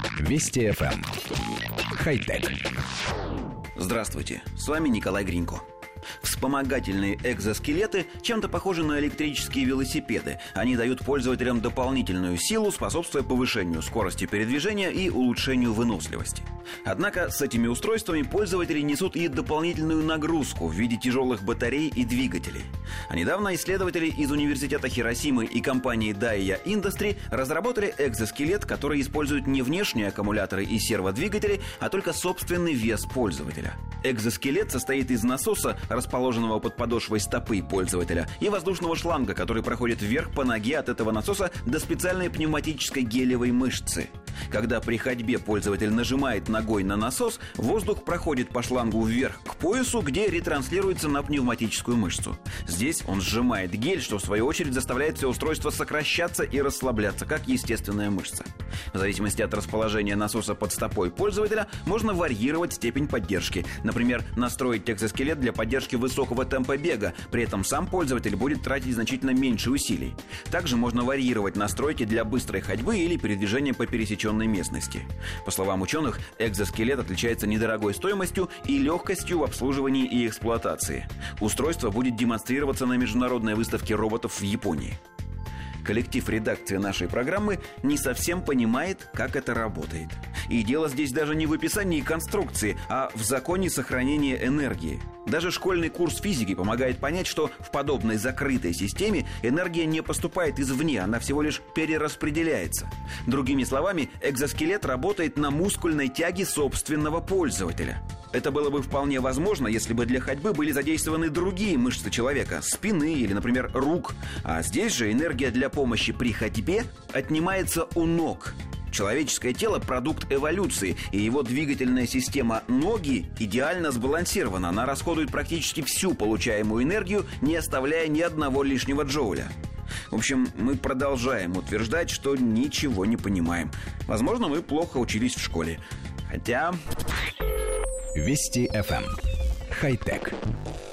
Вести ФМ. Хай-тек. Здравствуйте, с вами Николай Гринько. Вспомогательные экзоскелеты чем-то похожи на электрические велосипеды. Они дают пользователям дополнительную силу, способствуя повышению скорости передвижения и улучшению выносливости. Однако с этими устройствами пользователи несут и дополнительную нагрузку в виде тяжелых батарей и двигателей. А недавно исследователи из университета Хиросимы и компании Daiya Industry разработали экзоскелет, который использует не внешние аккумуляторы и серводвигатели, а только собственный вес пользователя. Экзоскелет состоит из насоса, расположенного под подошвой стопы пользователя, и воздушного шланга, который проходит вверх по ноге от этого насоса до специальной пневматической гелевой мышцы. Когда при ходьбе пользователь нажимает ногой на насос, воздух проходит по шлангу вверх к поясу, где ретранслируется на пневматическую мышцу. Здесь он сжимает гель, что в свою очередь заставляет все устройство сокращаться и расслабляться, как естественная мышца. В зависимости от расположения насоса под стопой пользователя можно варьировать степень поддержки. Например, настроить экзоскелет для поддержки высокого темпа бега, при этом сам пользователь будет тратить значительно меньше усилий. Также можно варьировать настройки для быстрой ходьбы или передвижения по пересеченной местности. По словам ученых, экзоскелет отличается недорогой стоимостью и легкостью в обслуживании и эксплуатации. Устройство будет демонстрироваться на международной выставке роботов в Японии. Коллектив редакции нашей программы не совсем понимает, как это работает. И дело здесь даже не в описании конструкции, а в законе сохранения энергии. Даже школьный курс физики помогает понять, что в подобной закрытой системе энергия не поступает извне, она всего лишь перераспределяется. Другими словами, экзоскелет работает на мускульной тяге собственного пользователя. Это было бы вполне возможно, если бы для ходьбы были задействованы другие мышцы человека, спины или, например, рук. А здесь же энергия для помощи при ходьбе отнимается у ног. Человеческое тело – продукт эволюции, и его двигательная система ноги идеально сбалансирована. Она расходует практически всю получаемую энергию, не оставляя ни одного лишнего джоуля. В общем, мы продолжаем утверждать, что ничего не понимаем. Возможно, мы плохо учились в школе. Хотя... Вести ФМ. Хай-тек.